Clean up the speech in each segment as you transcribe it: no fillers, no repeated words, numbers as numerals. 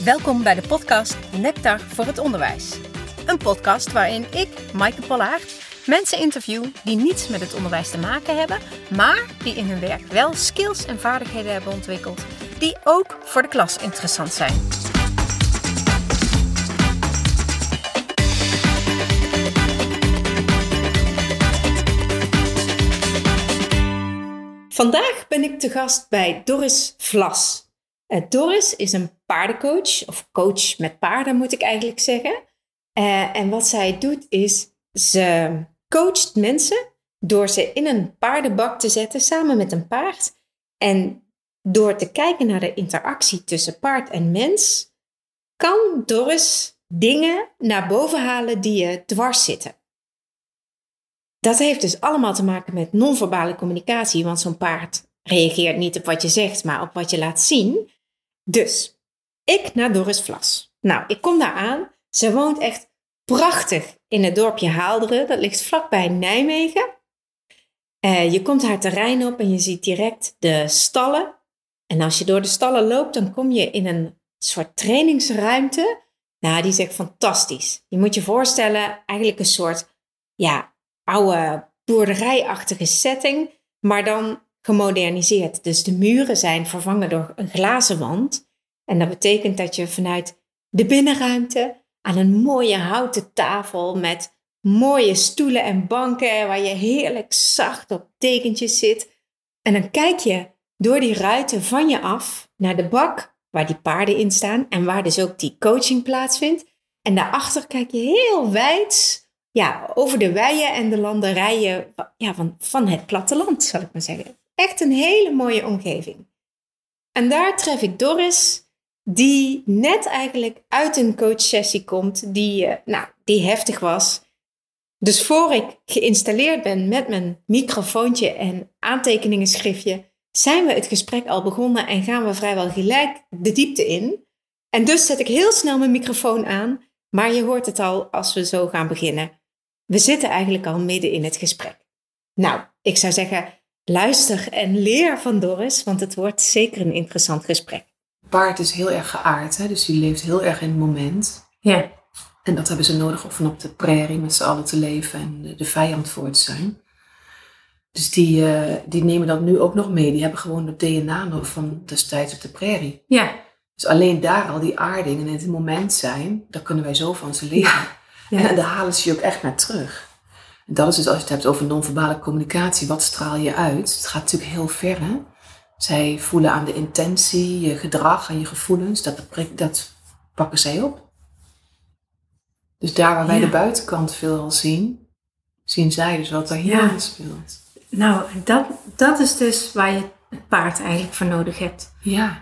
Welkom bij de podcast Nectar voor het onderwijs. Een podcast waarin ik, Maaike Pollaert, mensen interview die niets met het onderwijs te maken hebben, maar die in hun werk wel skills en vaardigheden hebben ontwikkeld die ook voor de klas interessant zijn. Vandaag ben ik te gast bij Doris Vlas. Doris is een paardencoach, of coach met paarden moet ik eigenlijk zeggen. En wat zij doet is, ze coacht mensen door ze in een paardenbak te zetten samen met een paard. En door te kijken naar de interactie tussen paard en mens, kan Doris dingen naar boven halen die je dwars zitten. Dat heeft dus allemaal te maken met non-verbale communicatie, want zo'n paard reageert niet op wat je zegt, maar op wat je laat zien. Dus, ik naar Doris Vlas. Nou, ik kom daar aan. Ze woont echt prachtig in het dorpje Haalderen. Dat ligt vlakbij Nijmegen. Je komt haar terrein op en je ziet direct de stallen. En als je door de stallen loopt, dan kom je in een soort trainingsruimte. Nou, die is echt fantastisch. Je moet je voorstellen, eigenlijk een soort, oude boerderijachtige setting, maar dan gemoderniseerd. Dus de muren zijn vervangen door een glazen wand. En dat betekent dat je vanuit de binnenruimte aan een mooie houten tafel met mooie stoelen en banken waar je heerlijk zacht op dekentjes zit. En dan kijk je door die ruiten van je af naar de bak waar die paarden in staan en waar dus ook die coaching plaatsvindt. En daarachter kijk je heel wijd over de weien en de landerijen van het platteland, zal ik maar zeggen. Echt een hele mooie omgeving. En daar tref ik Doris, die net eigenlijk uit een coachsessie komt die heftig was. Dus voor ik geïnstalleerd ben met mijn microfoontje en aantekeningenschriftje, zijn we het gesprek al begonnen en gaan we vrijwel gelijk de diepte in. En dus zet ik heel snel mijn microfoon aan, maar je hoort het al als we zo gaan beginnen. We zitten eigenlijk al midden in het gesprek. Nou, ik zou zeggen, luister en leer van Doris, want het wordt zeker een interessant gesprek. Paard is heel erg geaard, hè? Dus die leeft heel erg in het moment. Ja. En dat hebben ze nodig om op de prairie met z'n allen te leven en de vijand voor te zijn. Dus die nemen dat nu ook nog mee. Die hebben gewoon het DNA nog van destijds op de prairie. Ja. Dus alleen daar al die aardingen in het moment zijn, daar kunnen wij zo van ze leren. Ja. En daar halen ze je ook echt naar terug. En dat is dus als je het hebt over non-verbale communicatie, wat straal je uit? Het gaat natuurlijk heel ver, hè? Zij voelen aan de intentie, je gedrag en je gevoelens, dat pakken zij op. Dus daar waar wij de buitenkant veel zien zij dus wat daar hier speelt. Nou, dat is dus waar je het paard eigenlijk voor nodig hebt. Ja.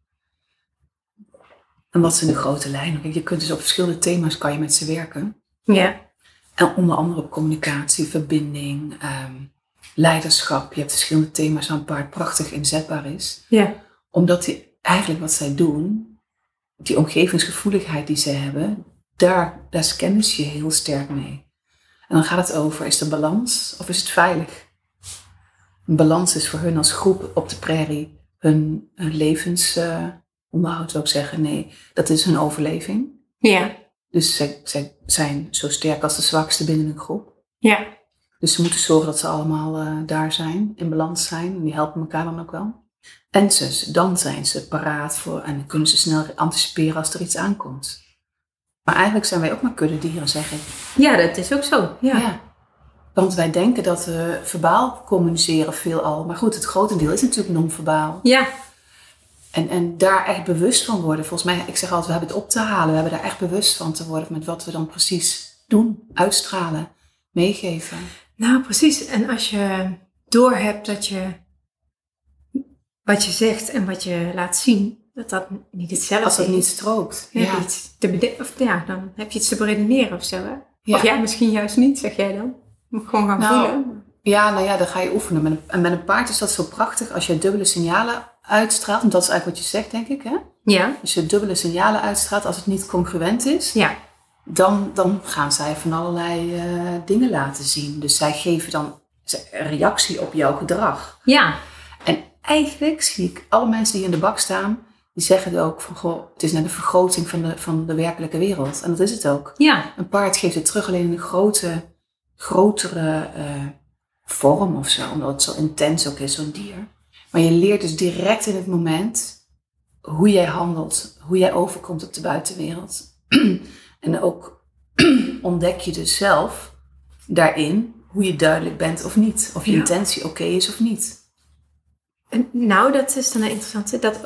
En wat zijn de grote lijnen? Je kunt dus op verschillende thema's kan je met ze werken. Ja. En onder andere op communicatie, verbinding, leiderschap. Je hebt verschillende thema's waar een paard prachtig inzetbaar is. Ja. Omdat die, eigenlijk wat zij doen, die omgevingsgevoeligheid die zij hebben, daar scannen ze je heel sterk mee. En dan gaat het over, is er balans of is het veilig? Een balans is voor hun als groep op de prairie hun levensonderhoud, zou ik zeggen. Nee, dat is hun overleving. Ja. Dus zij zijn zo sterk als de zwakste binnen een groep. Ja. Dus ze moeten zorgen dat ze allemaal daar zijn, in balans zijn. En die helpen elkaar dan ook wel. En dan zijn ze paraat voor en kunnen ze snel anticiperen als er iets aankomt. Maar eigenlijk zijn wij ook maar kuddedieren, zeg ik. Ja, dat is ook zo. Ja. Want wij denken dat we verbaal communiceren veelal. Maar goed, het grotendeel is natuurlijk non-verbaal. Ja. En daar echt bewust van worden. Volgens mij, ik zeg altijd, we hebben het op te halen. We hebben daar echt bewust van te worden met wat we dan precies doen. Uitstralen, meegeven. Nou, precies. En als je doorhebt dat wat je zegt en wat je laat zien, dat niet hetzelfde is. Als dat niet strookt. Dan heb je iets te beredeneren of zo. Hè? Ja. Of misschien juist niet, zeg jij dan. Moet gewoon gaan voelen. Ja, dan ga je oefenen. En met een paard is dat zo prachtig als je dubbele signalen uitstraalt. En dat is eigenlijk wat je zegt, denk ik. Hè? Ja. Als je dubbele signalen uitstraalt, als het niet congruent is, dan gaan zij van allerlei dingen laten zien. Dus zij geven dan een reactie op jouw gedrag. Ja. En eigenlijk zie ik alle mensen die in de bak staan, Die zeggen ook van, goh, het is net een vergroting van de werkelijke wereld. En dat is het ook. Ja. Een paard geeft het terug alleen in een grotere vorm of zo. Omdat het zo intens ook is, zo'n dier. Maar je leert dus direct in het moment hoe jij handelt. Hoe jij overkomt op de buitenwereld. En ook ontdek je dus zelf daarin hoe je duidelijk bent of niet. Of je intentie oké is of niet. Nou, dat is dan interessant. Dat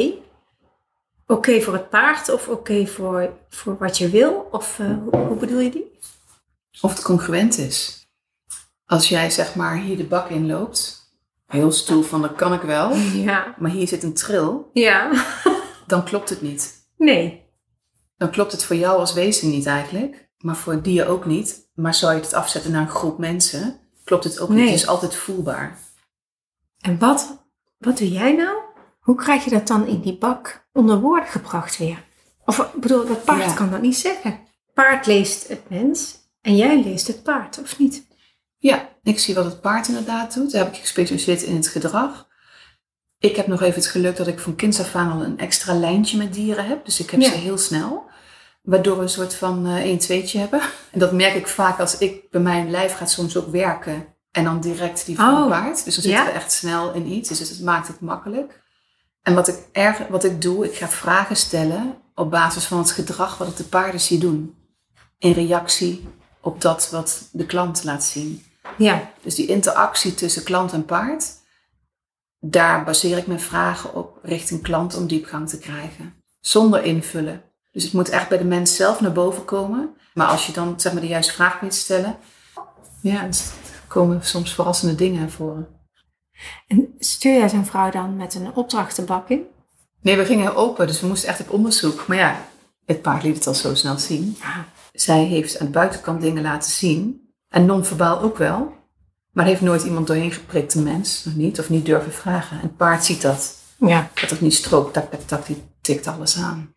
oké voor het paard of oké voor wat je wil? Of hoe bedoel je die? Of het congruent is. Als jij zeg maar hier de bak in loopt, heel stoel van dat kan ik wel, maar hier zit een tril, dan klopt het niet. Nee. Dan klopt het voor jou als wezen niet eigenlijk, maar voor het dier ook niet. Maar zou je het afzetten naar een groep mensen, klopt het ook niet. Het is altijd voelbaar. En wat doe jij nou? Hoe krijg je dat dan in die bak onder woorden gebracht weer? Of ik bedoel, dat paard kan dat niet zeggen. Paard leest het mens en jij leest het paard, of niet? Ja, ik zie wat het paard inderdaad doet. Daar heb ik gespecialiseerd in het gedrag. Ik heb nog even het geluk dat ik van kinds af aan al een extra lijntje met dieren heb. Dus ik heb ze heel snel. Waardoor we een soort van 1-2'tje hebben. En dat merk ik vaak als ik bij mijn lijf gaat soms ook werken. En dan direct die van het paard. Dus dan zitten we echt snel in iets. Dus het maakt het makkelijk. En wat ik doe, ik ga vragen stellen op basis van het gedrag wat ik de paarden zie doen. In reactie op dat wat de klant laat zien. Ja. Dus die interactie tussen klant en paard, daar baseer ik mijn vragen op richting klant om diepgang te krijgen. Zonder invullen. Dus het moet echt bij de mens zelf naar boven komen. Maar als je dan zeg maar de juiste vraag weet stellen, dan komen soms verrassende dingen naar voren. En stuur jij zo'n vrouw dan met een opdrachtenbak in? Nee, we gingen open, dus we moesten echt op onderzoek. Maar ja, het paard liet het al zo snel zien. Ja. Zij heeft aan de buitenkant dingen laten zien. En non-verbaal ook wel. Maar heeft nooit iemand doorheen geprikt, een mens. Nog niet, of niet durven vragen. En het paard ziet dat. Ja. Dat het niet strookt, tak, tak, tak, die tikt alles aan.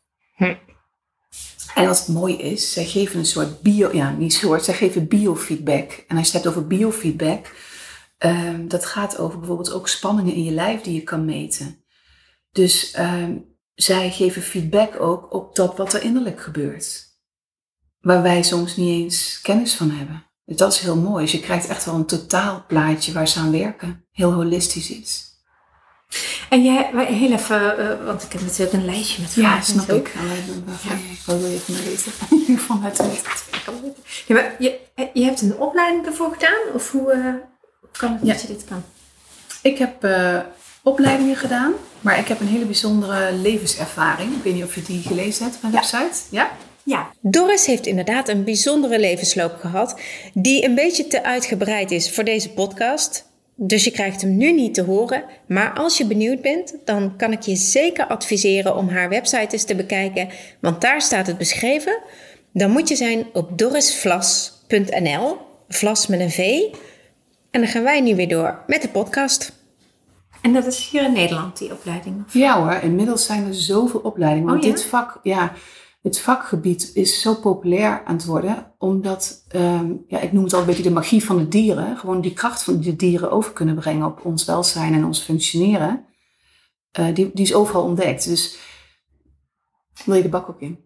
En als het mooi is, zij geven een soort zij geven biofeedback. En als je het hebt over biofeedback, dat gaat over bijvoorbeeld ook spanningen in je lijf die je kan meten. Dus zij geven feedback ook op dat wat er innerlijk gebeurt. Waar wij soms niet eens kennis van hebben. Dus dat is heel mooi. Dus je krijgt echt wel een totaalplaatje waar ze aan werken. Heel holistisch is. En jij, heel even, want ik heb natuurlijk een lijstje met vragen. Ja, snap ik. Ik wil even naar lezen. Vanuit ja, maar je hebt een opleiding ervoor gedaan? Of hoe kan het dat je dit kan? Ik heb opleidingen gedaan. Maar ik heb een hele bijzondere levenservaring. Ik weet niet of je die gelezen hebt op mijn website. Ja? Doris heeft inderdaad een bijzondere levensloop gehad. Die een beetje te uitgebreid is voor deze podcast. Dus je krijgt hem nu niet te horen. Maar als je benieuwd bent, dan kan ik je zeker adviseren om haar website eens te bekijken. Want daar staat het beschreven. Dan moet je zijn op dorisvlas.nl. Vlas met een V. En dan gaan wij nu weer door met de podcast. En dat is hier in Nederland, die opleiding? Of? Ja hoor, inmiddels zijn er zoveel opleidingen. Want dit vak, het vakgebied is zo populair aan het worden. Omdat, ik noem het al een beetje de magie van de dieren. Gewoon die kracht van de dieren over kunnen brengen op ons welzijn en ons functioneren. Die is overal ontdekt. Dus wil je de bak ook in?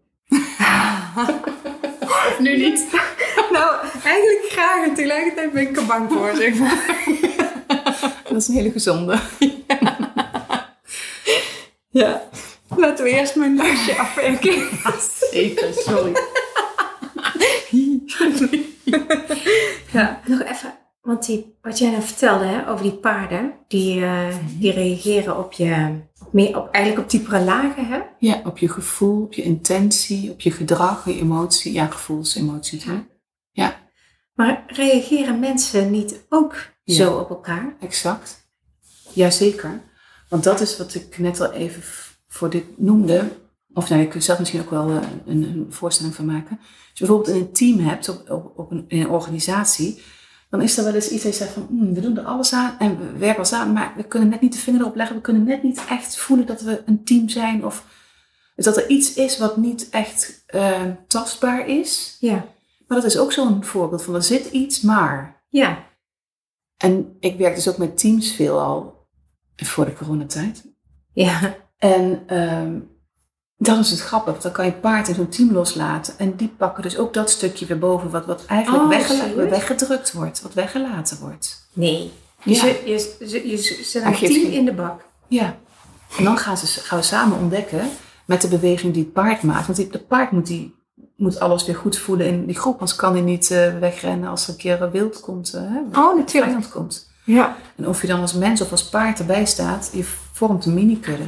Of nu niet? Nou, eigenlijk graag en tegelijkertijd ben ik er bang voor, zeg maar. Dat is een hele gezonde. Ja. Laten we eerst mijn lijstje afwerken. Zeker, sorry. Ja, nog even. Want wat jij nou vertelde over die paarden, die reageren eigenlijk op diepere lagen, hè? Ja, op je gevoel, op je intentie, op je gedrag, je emotie. Ja, gevoel is emotie. Ja. Maar reageren mensen niet ook zo op elkaar? Exact. Jazeker. Want dat is wat ik net al even voor dit noemde. Of ik kan zelf misschien ook wel een voorstelling van maken. Als je bijvoorbeeld een team hebt in een organisatie, dan is er wel eens iets dat je zegt van, we doen er alles aan en we werken alles aan, maar we kunnen net niet de vinger erop leggen. We kunnen net niet echt voelen dat we een team zijn. Of dus dat er iets is wat niet echt tastbaar is. Ja. Maar dat is ook zo'n voorbeeld van, er zit iets, maar. Ja. En ik werk dus ook met teams veelal voor de coronatijd. Ja. En dat is het grappige. Dan kan je paard in zo'n team loslaten. En die pakken dus ook dat stukje weer boven. Wat eigenlijk weggedrukt wordt. Wat weggelaten wordt. Nee. Dus Ja. je zet een team in de bak. Ja. En dan gaan we samen ontdekken met de beweging die het paard maakt. Want het paard moet alles weer goed voelen in die groep. Anders kan hij niet wegrennen als er een keer wild komt. Natuurlijk. Vijand komt. Ja. En of je dan als mens of als paard erbij staat, je vormt een mini-kudde.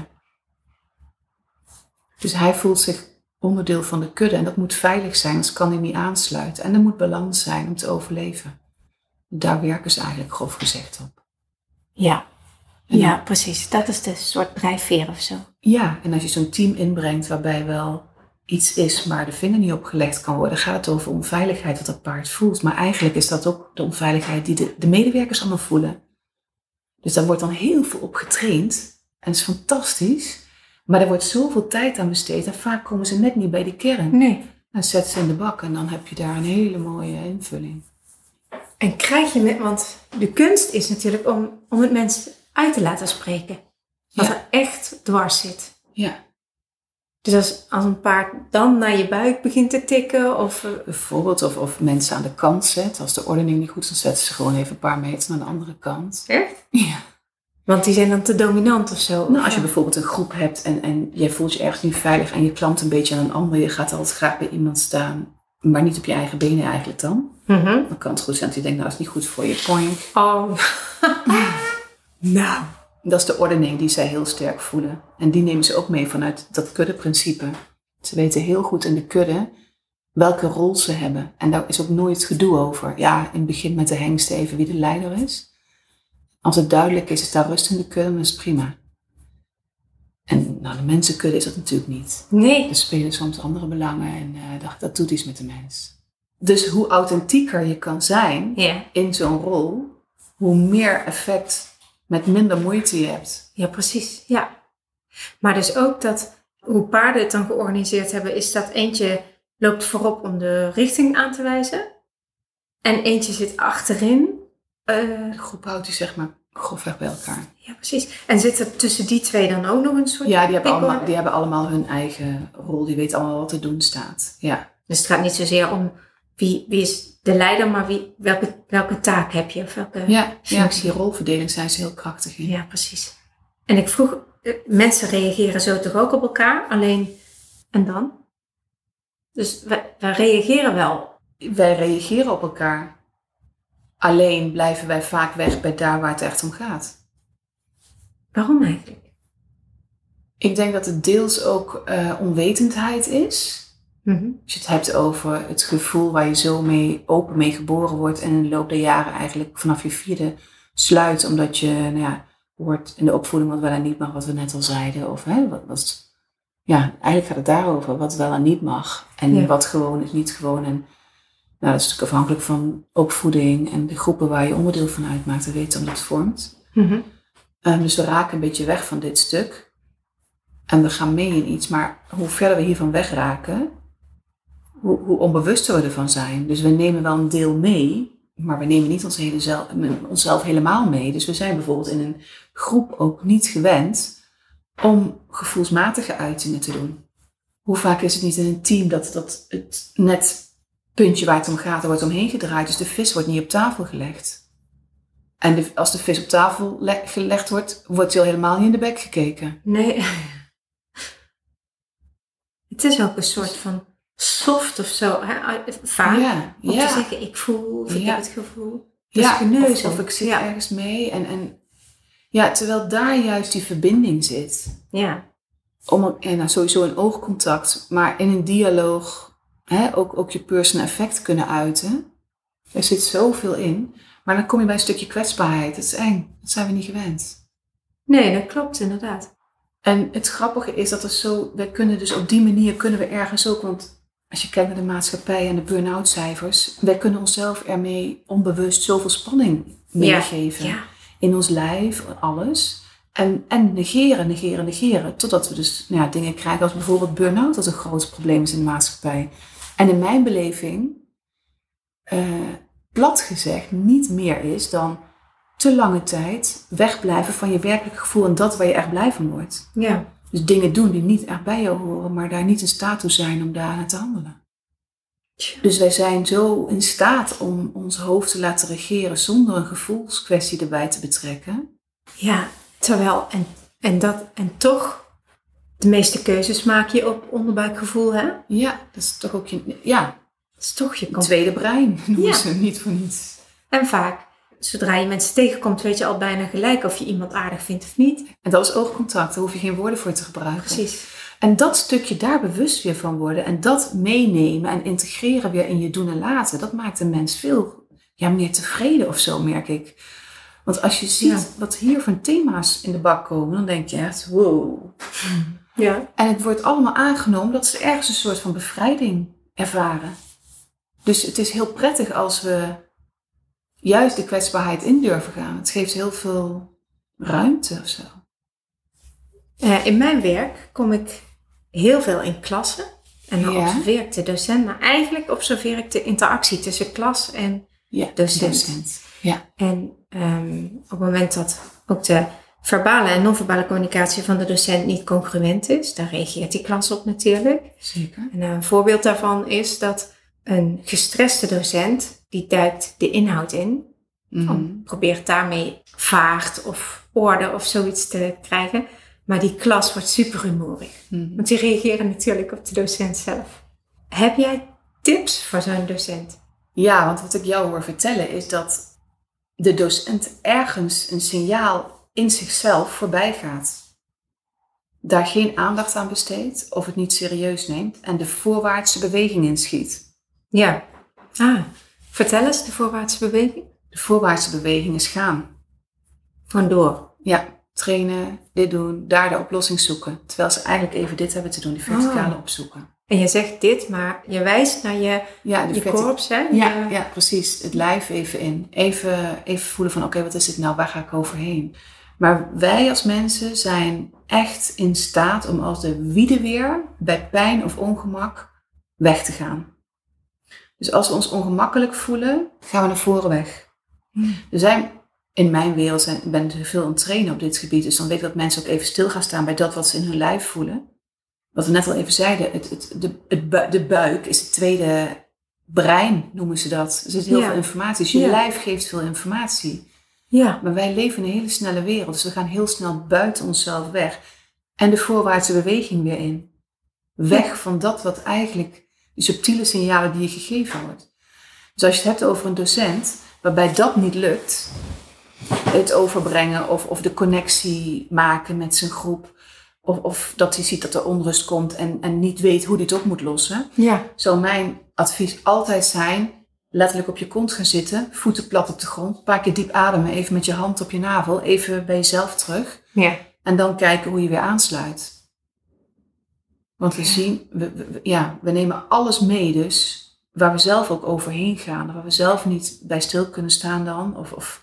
Dus hij voelt zich onderdeel van de kudde. En dat moet veilig zijn, anders kan hij niet aansluiten. En er moet balans zijn om te overleven. Daar werken ze eigenlijk grof gezegd op. Ja. Ja, precies. Dat is de soort drijfveer of zo. Ja, en als je zo'n team inbrengt waarbij wel iets is, maar de vinger niet opgelegd kan worden, gaat het over onveiligheid wat dat paard voelt. Maar eigenlijk is dat ook de onveiligheid die de medewerkers allemaal voelen. Dus daar wordt dan heel veel op getraind. En dat is fantastisch. Maar er wordt zoveel tijd aan besteed en vaak komen ze net niet bij de kern. Nee. Dan zet ze in de bak en dan heb je daar een hele mooie invulling. En krijg je want de kunst is natuurlijk om het mens uit te laten spreken. Wat er echt dwars zit. Ja. Dus als een paard dan naar je buik begint te tikken of... Bijvoorbeeld of mensen aan de kant zet. Als de ordening niet goed is, dan zetten ze gewoon even een paar meter naar de andere kant. Echt? Ja. Want die zijn dan te dominant of zo? Nou, als je bijvoorbeeld een groep hebt en jij voelt je ergens niet veilig en je klampt een beetje aan een ander. Je gaat altijd graag bij iemand staan, maar niet op je eigen benen eigenlijk dan. Mm-hmm. Dan kan het goed zijn dat je denkt, nou, dat is niet goed voor je. Poink. Oh. Nou. Dat is de ordening die zij heel sterk voelen. En die nemen ze ook mee vanuit dat kuddeprincipe. Ze weten heel goed in de kudde welke rol ze hebben. En daar is ook nooit gedoe over. Ja, in het begin met de hengst even wie de leider is. Als het duidelijk is daar rust in de kudde, dan is het prima. En nou, de mensenkudde is dat natuurlijk niet. Nee. Er spelen soms andere belangen en dat doet iets met de mens. Dus hoe authentieker je kan zijn in zo'n rol, hoe meer effect met minder moeite je hebt. Ja, precies. Ja. Maar dus ook dat hoe paarden het dan georganiseerd hebben, is dat eentje loopt voorop om de richting aan te wijzen. En eentje zit achterin. De groep houdt die zeg maar grofweg bij elkaar. Ja, precies. En zit er tussen die twee dan ook nog een soort... Ja, die hebben allemaal hun eigen rol. Die weten allemaal wat te doen staat. Ja. Dus het gaat niet zozeer om wie is de leider, maar welke taak heb je? Of welke die rolverdeling zijn ze heel krachtig in. Ja, precies. En ik vroeg, mensen reageren zo toch ook op elkaar? Alleen, en dan? Dus wij reageren wel. Wij reageren op elkaar. Alleen blijven wij vaak weg bij daar waar het echt om gaat. Waarom eigenlijk? Ik denk dat het deels ook onwetendheid is. Mm-hmm. Als je het hebt over het gevoel waar je zo open mee geboren wordt en in de loop der jaren eigenlijk vanaf je 4e sluit, omdat je hoort in de opvoeding wat wel en niet mag, wat we net al zeiden. Of eigenlijk gaat het daarover wat wel en niet mag. En wat gewoon is niet gewoon. En dat is natuurlijk afhankelijk van opvoeding en de groepen waar je onderdeel van uitmaakt. We weten hoe dat vormt. Mm-hmm. Dus we raken een beetje weg van dit stuk. En we gaan mee in iets. Maar hoe verder we hiervan wegraken, hoe onbewuster we ervan zijn. Dus we nemen wel een deel mee, maar we nemen niet onszelf helemaal mee. Dus we zijn bijvoorbeeld in een groep ook niet gewend om gevoelsmatige uitingen te doen. Hoe vaak is het niet in een team dat het net puntje waar het om gaat, er wordt omheen gedraaid. Dus de vis wordt niet op tafel gelegd. En als de vis op tafel gelegd wordt, wordt hij al helemaal niet in de bek gekeken. Nee. Het is ook een soort van soft of zo. Vaak. Om te zeggen, ik voel, of ik heb het gevoel. Of ik zit ergens mee. En terwijl daar juist die verbinding zit. Ja. Sowieso een oogcontact. Maar in een dialoog ook je personal effect kunnen uiten. Er zit zoveel in. Maar dan kom je bij een stukje kwetsbaarheid. Dat is eng. Dat zijn we niet gewend. Nee, dat klopt inderdaad. En het grappige is dat wij kunnen dus op die manier kunnen we ergens ook, want als je kijkt naar de maatschappij en de burn-out cijfers, wij kunnen onszelf ermee onbewust zoveel spanning meegeven. Ja. In ons lijf, alles. En negeren. Totdat we dus dingen krijgen als bijvoorbeeld burn-out, dat een groot probleem is in de maatschappij. En in mijn beleving, plat gezegd, niet meer is dan te lange tijd wegblijven van je werkelijke gevoel en dat waar je echt blij van wordt. Ja. Dus dingen doen die niet echt bij jou horen, maar daar niet in staat toe zijn om daarna te handelen. Dus wij zijn zo in staat om ons hoofd te laten regeren zonder een gevoelskwestie erbij te betrekken. Ja, terwijl, en toch, de meeste keuzes maak je op onderbuikgevoel, hè? Ja, dat is toch ook dat is toch je tweede brein, noemen ze niet voor niets. En vaak, zodra je mensen tegenkomt, weet je al bijna gelijk of je iemand aardig vindt of niet. En dat is oogcontact, daar hoef je geen woorden voor te gebruiken. Precies. En dat stukje daar bewust weer van worden en dat meenemen en integreren weer in je doen en laten, dat maakt een mens veel meer tevreden of zo, merk ik. Want als je ziet wat hier voor thema's in de bak komen, dan denk je echt, wow. Ja. En het wordt allemaal aangenomen dat ze ergens een soort van bevrijding ervaren. Dus het is heel prettig als we juist de kwetsbaarheid in durven gaan. Het geeft heel veel ruimte of zo. In mijn werk kom ik heel veel in klassen. En dan observeer ik de docent. Maar eigenlijk observeer ik de interactie tussen klas en docent. Ja. En op het moment dat ook de verbale en non-verbale communicatie van de docent niet congruent is, dan reageert die klas op natuurlijk. Zeker. En een voorbeeld daarvan is dat een gestreste docent, die duikt de inhoud in. Probeert daarmee vaart of orde of zoiets te krijgen. Maar die klas wordt super rumoerig. Want die reageren natuurlijk op de docent zelf. Heb jij tips voor zo'n docent? Ja, want wat ik jou hoor vertellen is dat de docent ergens een signaal in zichzelf voorbij gaat. Daar geen aandacht aan besteedt of het niet serieus neemt en de voorwaartse beweging inschiet. Ja. Vertel eens de voorwaartse beweging. De voorwaartse beweging is gaan. Gewoon door. Ja. Trainen, dit doen, daar de oplossing zoeken. Terwijl ze eigenlijk even dit hebben te doen, die verticale opzoeken. En je zegt dit, maar je wijst naar je korps, hè? Ja, precies. Het lijf even in. Even voelen van, oké, wat is dit nou? Waar ga ik overheen? Maar wij als mensen zijn echt in staat om als de wiede weer bij pijn of ongemak weg te gaan. Dus als we ons ongemakkelijk voelen, gaan we naar voren weg. Er zijn... In mijn wereld ben ik veel aan het trainen op dit gebied. Dus dan weet ik dat mensen ook even stil gaan staan bij dat wat ze in hun lijf voelen. Wat we net al even zeiden. De buik is het tweede brein, noemen ze dat. Er zit heel veel informatie. Dus je lijf geeft veel informatie. Ja. Maar wij leven in een hele snelle wereld. Dus we gaan heel snel buiten onszelf weg. En de voorwaartse beweging weer in. Weg van dat wat eigenlijk... Die subtiele signalen die je gegeven wordt. Dus als je het hebt over een docent... waarbij dat niet lukt... het overbrengen of de connectie maken met zijn groep. Of dat hij ziet dat er onrust komt en niet weet hoe hij het op moet lossen. Ja. Zou mijn advies altijd zijn, letterlijk op je kont gaan zitten, voeten plat op de grond, een paar keer diep ademen, even met je hand op je navel, even bij jezelf terug. Ja. En dan kijken hoe je weer aansluit. Want we zien, we nemen alles mee dus, waar we zelf ook overheen gaan, waar we zelf niet bij stil kunnen staan dan.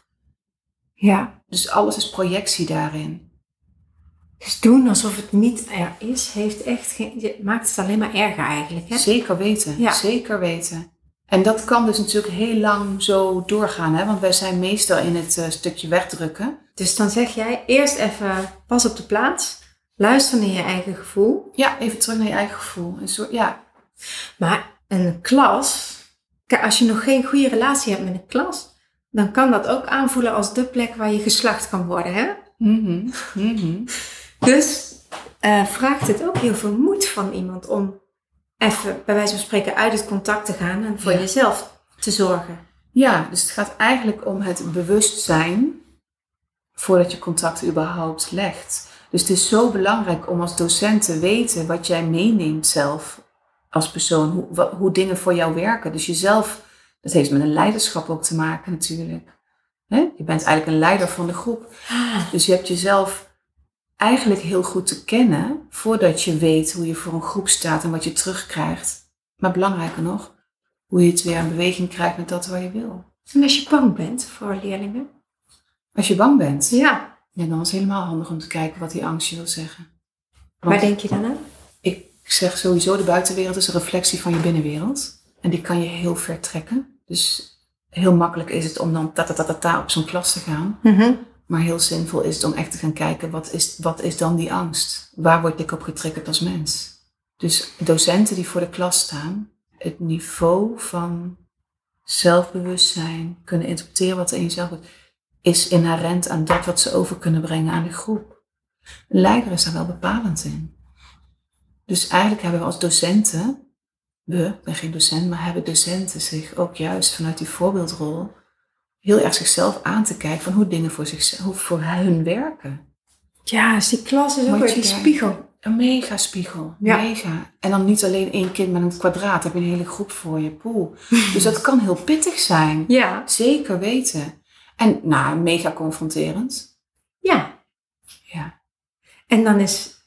Ja. Dus alles is projectie daarin. Dus doen alsof het niet er is, maakt het alleen maar erger eigenlijk. Hè? Zeker weten, zeker weten. En dat kan dus natuurlijk heel lang zo doorgaan, hè? Want wij zijn meestal in het stukje wegdrukken. Dus dan zeg jij eerst even pas op de plaats, luister naar je eigen gevoel. Ja, even terug naar je eigen gevoel. Maar een klas, kijk, als je nog geen goede relatie hebt met een klas, dan kan dat ook aanvoelen als de plek waar je geslacht kan worden, hè? Dus vraagt het ook heel veel moed van iemand om even, bij wijze van spreken, uit het contact te gaan en voor jezelf te zorgen. Ja, dus het gaat eigenlijk om het bewustzijn voordat je contact überhaupt legt. Dus het is zo belangrijk om als docent te weten wat jij meeneemt zelf als persoon, hoe dingen voor jou werken. Dus jezelf, dat heeft met een leiderschap ook te maken natuurlijk. Je bent eigenlijk een leider van de groep. Dus je hebt jezelf eigenlijk heel goed te kennen voordat je weet hoe je voor een groep staat en wat je terugkrijgt. Maar belangrijker nog, hoe je het weer in beweging krijgt met dat waar je wil. En als je bang bent voor leerlingen? Als je bang bent? Ja. Dan is het helemaal handig om te kijken wat die angst je wil zeggen. Waar denk je dan aan? Ik zeg sowieso, de buitenwereld is een reflectie van je binnenwereld. En die kan je heel ver trekken. Dus heel makkelijk is het om dan op zo'n klas te gaan. Maar heel zinvol is het om echt te gaan kijken, wat is dan die angst? Waar word ik op getriggerd als mens? Dus docenten die voor de klas staan, het niveau van zelfbewustzijn, kunnen interpreteren wat er in jezelf is inherent aan dat wat ze over kunnen brengen aan de groep. Een leider is daar wel bepalend in. Dus eigenlijk hebben we als docenten, ik ben geen docent, maar hebben docenten zich ook juist vanuit die voorbeeldrol heel erg zichzelf aan te kijken van hoe dingen voor hun werken. Ja, dus die klas is ook weer die spiegel. Een mega spiegel, mega. En dan niet alleen 1 kind met een kwadraat, heb je een hele groep voor je, poel. Dus dat kan heel pittig zijn. Ja. Zeker weten. En mega confronterend. Ja. Ja. En dan is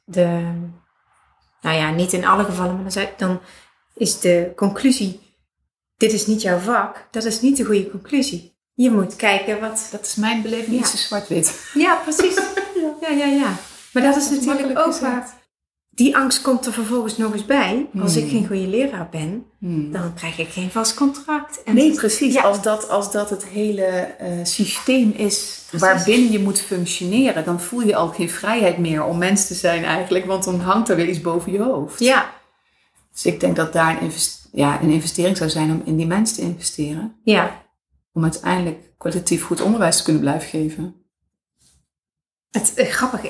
niet in alle gevallen, maar dan is de conclusie, dit is niet jouw vak, dat is niet de goede conclusie. Je moet kijken wat... Dat is mijn beleving, niet zo zwart-wit. Ja, precies. Ja. Maar dat is natuurlijk ook waar... Die angst komt er vervolgens nog eens bij. Als ik geen goede leraar ben, dan krijg ik geen vast contract. En nee, precies. Ja. Als dat het hele systeem is waarbinnen je moet functioneren, dan voel je al geen vrijheid meer om mens te zijn eigenlijk. Want dan hangt er weer iets boven je hoofd. Ja. Dus ik denk dat daar een investering zou zijn om in die mens te investeren. Ja. Om uiteindelijk kwalitatief goed onderwijs te kunnen blijven geven. Het is grappig.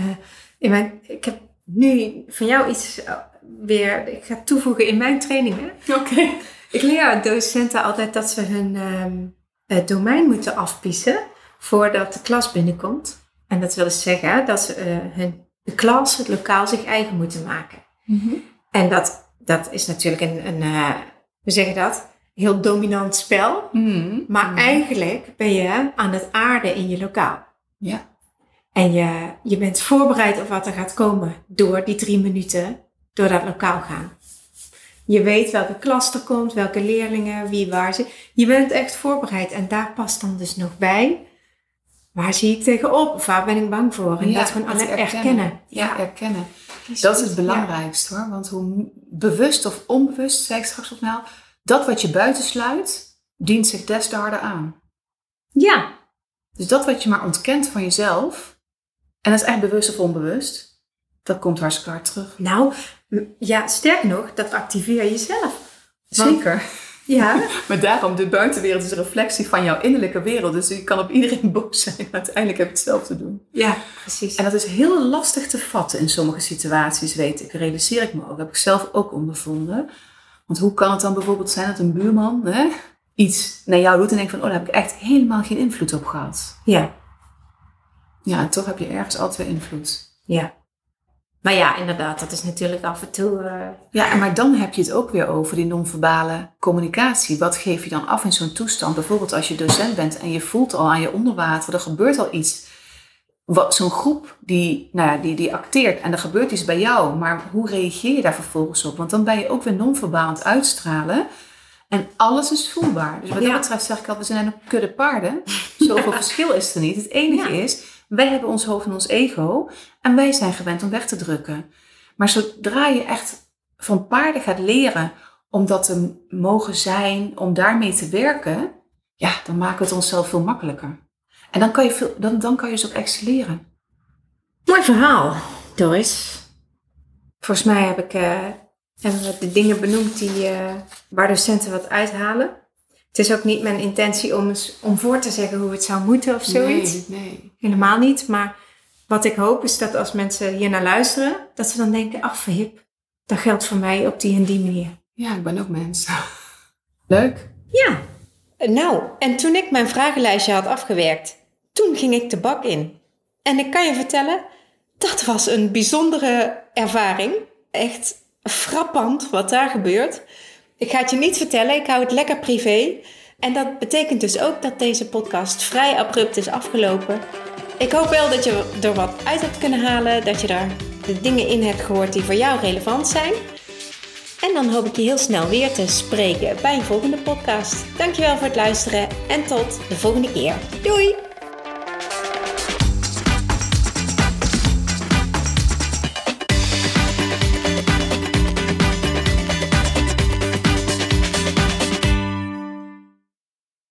Ik heb nu van jou iets weer... Ik ga toevoegen in mijn trainingen. Oké. Ik leer docenten altijd dat ze hun domein moeten afpiezen voordat de klas binnenkomt. En dat wil dus zeggen dat ze de klas, het lokaal, zich eigen moeten maken. Mm-hmm. En dat is natuurlijk een hoe zeg je dat? Heel dominant spel. Mm-hmm. Maar eigenlijk ben je aan het aarden in je lokaal. Ja. En je bent voorbereid op wat er gaat komen door die 3 minuten door dat lokaal gaan. Je weet welke klas er komt, welke leerlingen, wie waar zit. Je bent echt voorbereid en daar past dan dus nog bij. Waar zie ik tegenop? Of waar ben ik bang voor? En dat gewoon alleen erkennen. Ja, erkennen. Dat is het belangrijkste hoor. Want hoe bewust of onbewust, zei ik straks nog nou, dat wat je buitensluit, dient zich des te harder aan. Ja. Dus dat wat je maar ontkent van jezelf, en dat is echt bewust of onbewust, dat komt hartstikke hard terug. Nou, ja, sterker nog, dat activeer jezelf. Zeker. Ja. Maar daarom, de buitenwereld is een reflectie van jouw innerlijke wereld. Dus je kan op iedereen boos zijn, maar uiteindelijk heb je het zelf te doen. Ja, precies. En dat is heel lastig te vatten in sommige situaties, weet ik. Realiseer ik me ook. Dat heb ik zelf ook ondervonden. Want hoe kan het dan bijvoorbeeld zijn dat een buurman iets naar jou doet en denkt van, daar heb ik echt helemaal geen invloed op gehad. Ja. Ja, en toch heb je ergens altijd weer invloed. Ja. Maar ja, inderdaad, dat is natuurlijk af en toe... Ja, maar dan heb je het ook weer over die non-verbale communicatie. Wat geef je dan af in zo'n toestand? Bijvoorbeeld als je docent bent en je voelt al aan je onderwater, er gebeurt al iets. Zo'n groep die acteert en er gebeurt iets bij jou. Maar hoe reageer je daar vervolgens op? Want dan ben je ook weer non-verbaal aan het uitstralen. En alles is voelbaar. Dus wat dat betreft zeg ik altijd, we zijn een kudde paarden. Zoveel verschil is er niet. Het enige is, wij hebben ons hoofd en ons ego. En wij zijn gewend om weg te drukken. Maar zodra je echt van paarden gaat leren om dat te mogen zijn, om daarmee te werken, dan maken we het onszelf veel makkelijker. En dan kan je dus ook excelleren. Mooi verhaal, Doris. Volgens mij hebben we de dingen benoemd waar docenten wat uithalen. Het is ook niet mijn intentie om voor te zeggen hoe het zou moeten of zoiets. Nee. Helemaal niet. Maar wat ik hoop is dat als mensen hier naar luisteren, dat ze dan denken, ach verhip, dat geldt voor mij op die en die manier. Ja, ik ben ook mens. Leuk. Ja. Nou, en toen ik mijn vragenlijstje had afgewerkt, toen ging ik de bak in. En ik kan je vertellen, dat was een bijzondere ervaring. Echt frappant wat daar gebeurt. Ik ga het je niet vertellen, ik hou het lekker privé. En dat betekent dus ook dat deze podcast vrij abrupt is afgelopen. Ik hoop wel dat je er wat uit hebt kunnen halen, dat je daar de dingen in hebt gehoord die voor jou relevant zijn. En dan hoop ik je heel snel weer te spreken bij een volgende podcast. Dankjewel voor het luisteren en tot de volgende keer. Doei!